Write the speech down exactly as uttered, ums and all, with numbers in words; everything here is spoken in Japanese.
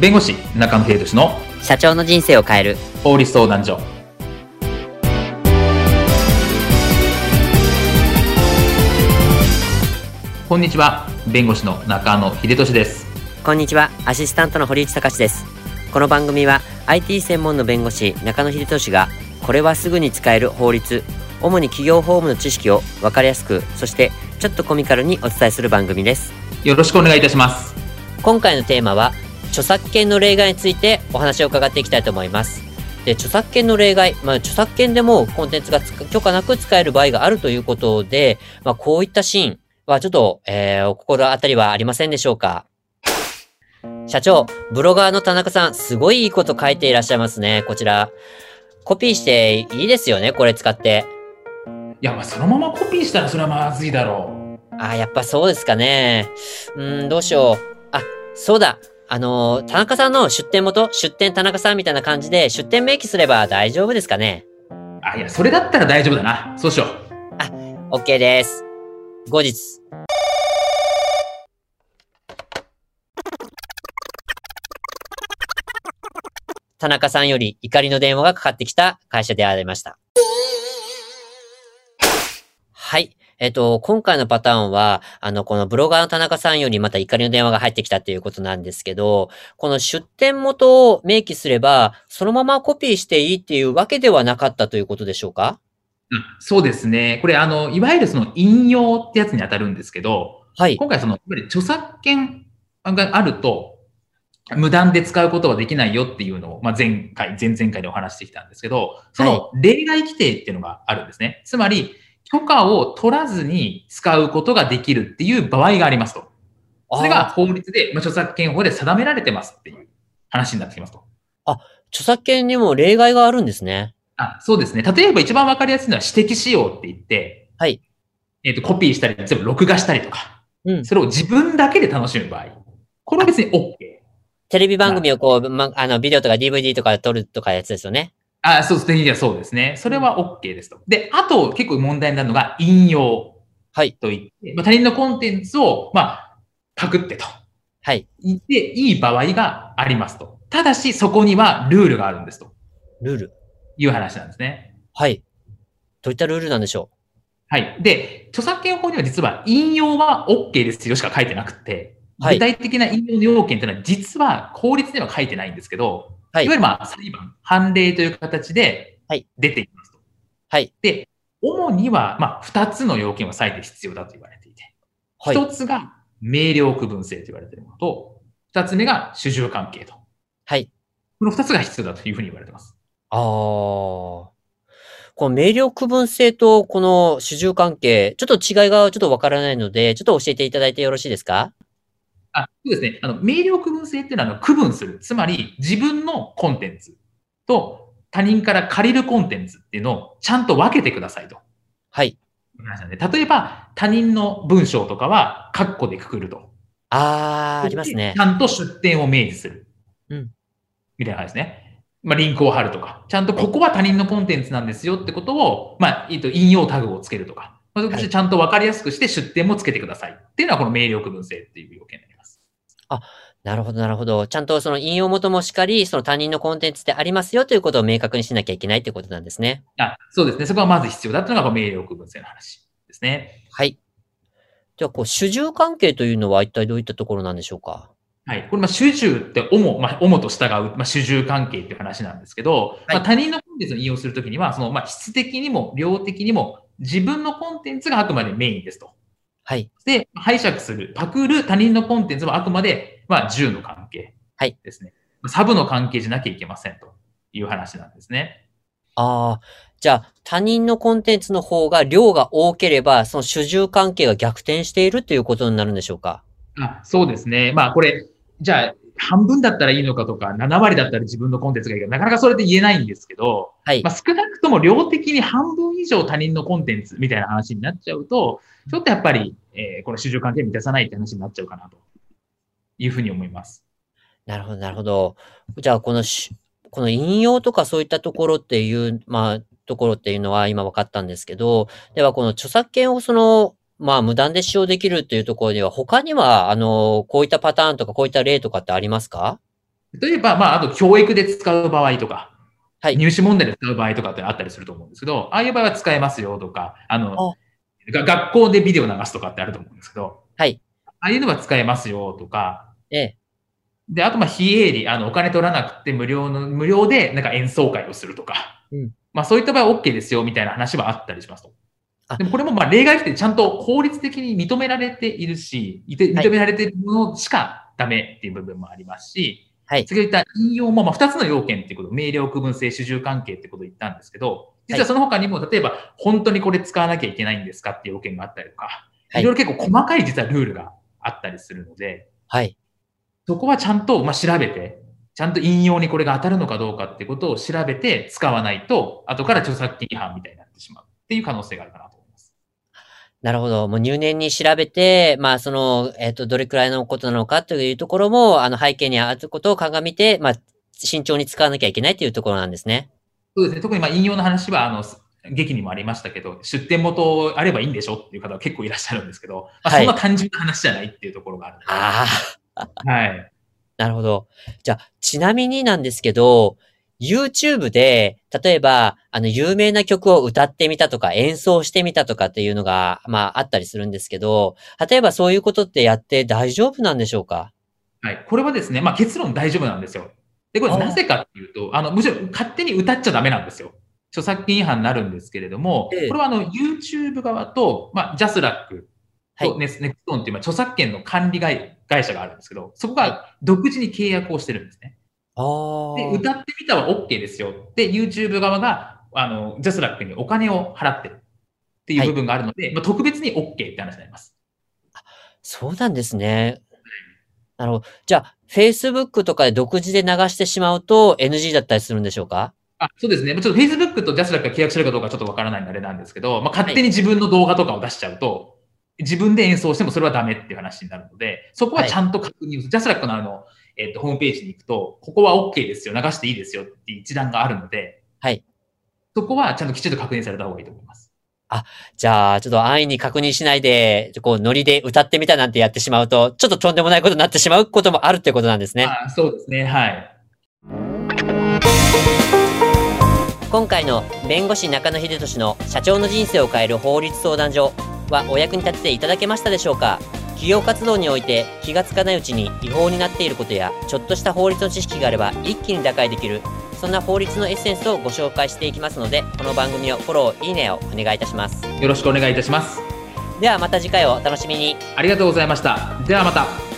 弁護士中野秀俊の社長の人生を変える法律相談所。こんにちは、弁護士の中野秀俊です。 こんにちは、アシスタントの堀内隆です。この番組は アイティー 専門の弁護士中野秀俊がこれはすぐに使える法律、主に企業法務の知識を分かりやすく、そしてちょっとコミカルにお伝えする番組です。 よろしくお願いいたします。 今回のテーマは著作権の例外についてお話を伺っていきたいと思います。で、著作権の例外、まあ、著作権でもコンテンツが許可なく使える場合があるということで、まあ、こういったシーンはちょっと、えー、お心当たりはありませんでしょうか。社長、ブロガーの田中さん、すごいいいこと書いていらっしゃいますね。こちらコピーしていいですよね、これ使って。 いや、まあそのままコピーしたらそれはまずいだろう。あ、やっぱそうですかね。うーん、どうしよう。あ、そうだ。あのー、田中さんの出店元、出店田中さんみたいな感じで出店明記すれば大丈夫ですかね。 あ、いや、それだったら大丈夫だな。そうしよう。 あ、OK です。後日。田中さんより怒りの電話がかかってきた会社でありました。はい。えっと、今回のパターンは、あの、このブロガーの田中さんよりまた怒りの電話が入ってきたっていうことなんですけど、この出典元を明記すれば、そのままコピーしていいっていうわけではなかったということでしょうか？ うん、そうですね。これ、あの、いわゆるその引用ってやつに当たるんですけど、 はい。 今回その、いわゆる著作権があると、無断で使うことはできないよっていうのを、まあ、前回、前々回でお話してきたんですけど、その例外規定っていうのがあるんですね。はい、つまり、許可を取らずに使うことができるっていう場合がありますと。それが法律で、まあ、著作権法で定められてますっていう話になってきますと。 あ、著作権にも例外があるんですね。 あ、そうですね。例えば一番わかりやすいのは私的使用って言って、 はい。 えっと、コピーしたり、例えば録画したりとか、 うん。 それを自分だけで楽しむ場合、これは別に OK。 テレビ番組をこう、ま、あの、ビデオとか ディーブイディー とかで撮るとかやつですよね。 あ、そうですね。はそうですね。それは OK ですと。で、あと結構問題になるのが引用といって、はい、まあ、他人のコンテンツを、まあ、パクってと。 はい。 言っていい場合がありますと。ただし、そこにはルールがあるんですと。 ルールいう話なんですね。 はい。どういったルールなんでしょう？ はい。で、著作権法には実は引用は OK ですよしか書いてなくて、具体的な引用の要件というのは実は法律では書いてないんですけど、はい、いわゆるまあ裁判、判例という形で出ていますと。はい。で、主にはまあふたつの要件は最低必要だと言われていて、はい、ひとつが明瞭区分性と言われているものと、ふたつめが主従関係と。はい。このふたつが必要だというふうに言われています。 ああ。この明瞭区分性とこの主従関係、ちょっと違いがちょっとわからないので、ちょっと教えていただいてよろしいですか？ あ、そうですね。あの、明瞭区分性っていうのは、あの、区分する。つまり、自分のコンテンツと他人から借りるコンテンツっていうのをちゃんと分けてくださいと。はい。例えば、他人の文章とかは、括弧でくくると。 あー、ありますね。 ちゃんと出典を明示する。 うん。 みたいな感じですね。まあ、リンクを貼るとか。ちゃんとここは他人のコンテンツなんですよってことを、まあ、えっと、引用タグをつけるとか。まあ、そしてちゃんと分かりやすくして出典もつけてください。っていうのは、この明瞭区分性っていう要件になります。 あ、なるほど、なるほど。ちゃんとその引用元もしっかり、その他人のコンテンツでありますよということを明確にしなきゃいけないってことなんですね。 あ、そうですね。そこはまず必要だというのが明瞭区分性の話ですね。 はい。じゃあ、こう、主従関係というのは一体どういったところなんでしょうか？ はい。これ、まあ、主従って主、まあ、主と従う、まあ、主従関係っていう話なんですけど、はい、まあ、他人のコンテンツを引用するときには、その、まあ、質的にも量的にも自分のコンテンツがあくまでメインですと。はい。で、拝借する、パクる他人のコンテンツはあくまで、まあ、従の関係ですね。はい、サブの関係じゃなきゃいけませんという話なんですね。 ああ、じゃあ、他人のコンテンツの方が量が多ければ、その主従関係が逆転しているということになるんでしょうか？ あ、そうですね。まあ、これ、じゃあ、半分だったらいいのかとか、ななわりだったら自分のコンテンツがいいか、なかなかそれで言えないんですけど、はい。まあ、少なくとも量的に半分以上他人のコンテンツみたいな話になっちゃうと、ちょっとやっぱり、えー、この主従関係満たさないって話になっちゃうかなというふうに思います。 なるほど、なるほど。じゃあ、このし、この引用とかそういったところっていう、まあ、ところっていうのは今分かったんですけど、ではこの著作権をその、まあ無断で使用できるっていうところでは、他には、あの、こういったパターンとかこういった例とかってありますか？ 例えば、まあ、あと教育で使う場合とか、 はい。 入試問題で使う場合とかってあったりすると思うんですけど、ああいう場合は使えますよとか、あの、 あ、 が学校でビデオ流すとかってあると思うんですけど、 はい。 ああいうのは使えますよとか、 ええ。 で、あと、ま、非営利、あの、お金取らなくて無料の無料でなんか演奏会をするとか、 うん。 ま、そういった場合はオッケーですよみたいな話はあったりしますと。 あ、 でもこれも、ま、例外規定ちゃんと法律的に認められているし、いてはい。 認められているものしかダメっていう部分もありますし、 はい。 先ほど言った引用も、ま、ふたつの要件っていうこと、明瞭、区分性、主従関係ってことを言ったんですけど、 はい。 実はその他にも、例えば、ほんとにこれ使わなきゃいけないんですかっていう要件があったりとか、 はい。 いろいろ結構細かい実はルールがあったりするので、 はい。 そこはちゃんと、ま、調べて、ちゃんと引用にこれが当たるのかどうかってことを調べて使わないと、後から著作権違反みたいになってしまうっていう可能性があるかなと思います。 なるほど。もう入念に調べて、まあ、その、えっと、どれくらいのことなのかというところも、あの、背景にあることを鑑みて、まあ、慎重に使わなきゃいけないというところなんですね。 そうですね、特に、ま、引用の話は、あの、す劇にもありましたけど、出典元あればいいんでしょっていう方は結構いらっしゃるんですけど、ま、そんなはい。 単純な話じゃないっていうところがあるので、 ああ。 はい。 なるほど。じゃあ、ちなみになんですけど、YouTube で、例えば、あの、有名な曲を歌ってみたとか、演奏してみたとかっていうのが、まあ、あったりするんですけど、例えばそういうことってやって大丈夫なんでしょうか？ はい。これはですね、ま、結論大丈夫なんですよ。で、これああ、 なぜかっていうと、あの、むしろ勝手に歌っちゃダメなんですよ。著作権違反になるんですけれども、 ええ。 これはあの、YouTube 側と、ま、ジャスラックはい。 とネスネクストーンっていう、ま、著作権の管理会会社があるんですけど、そこはい。 が独自に契約をしてるんですね。 あで、 あ。 歌ってみたはオッケーですよ。で、YouTube 側が、あの、ジャスラックにお金を払ってるっていうはい。 部分があるので、ま、特別にオッケーって話になります。 そうなんですね。なるほど。じゃあ、Facebook とかで独自で流してしまうと エヌジー だったりするんでしょうか？ あ、そうですね。ま、ちょっと Facebook とジャスラックが契約してるかどうかちょっとわからないんであれなんですけど、ま、勝はい。 手に自分の動画とかを出しちゃうと、自分で演奏してもそれはダメっていう話になるので、そこははい。 ちゃんと確認をジャスラックのあの、えっと、ホームページに行くと、ここはオッケーですよ、流していいですよっていう一覧があるので、 はい。 そこはちゃんときちんと確認された方がいいと思います。 あ、じゃあ、ちょっと安易に確認しないで、こうノリで歌ってみたなんてやってしまうと、ちょっととんでもないことになってしまうこともあるってことなんですね。 ああ、そうですね、はい。 今回の弁護士中野秀俊の社長の人生を変える法律相談所はお役に立てていただけましたでしょうか？企業活動において気がつかないうちに違法になっていることや、ちょっとした法律の知識があれば一気に打開できる、そんな法律のエッセンスをご紹介していきますので、この番組をフォロー、いいねをお願いいたします。 よろしくお願いいたします。 ではまた次回をお楽しみに。 ありがとうございました。ではまた。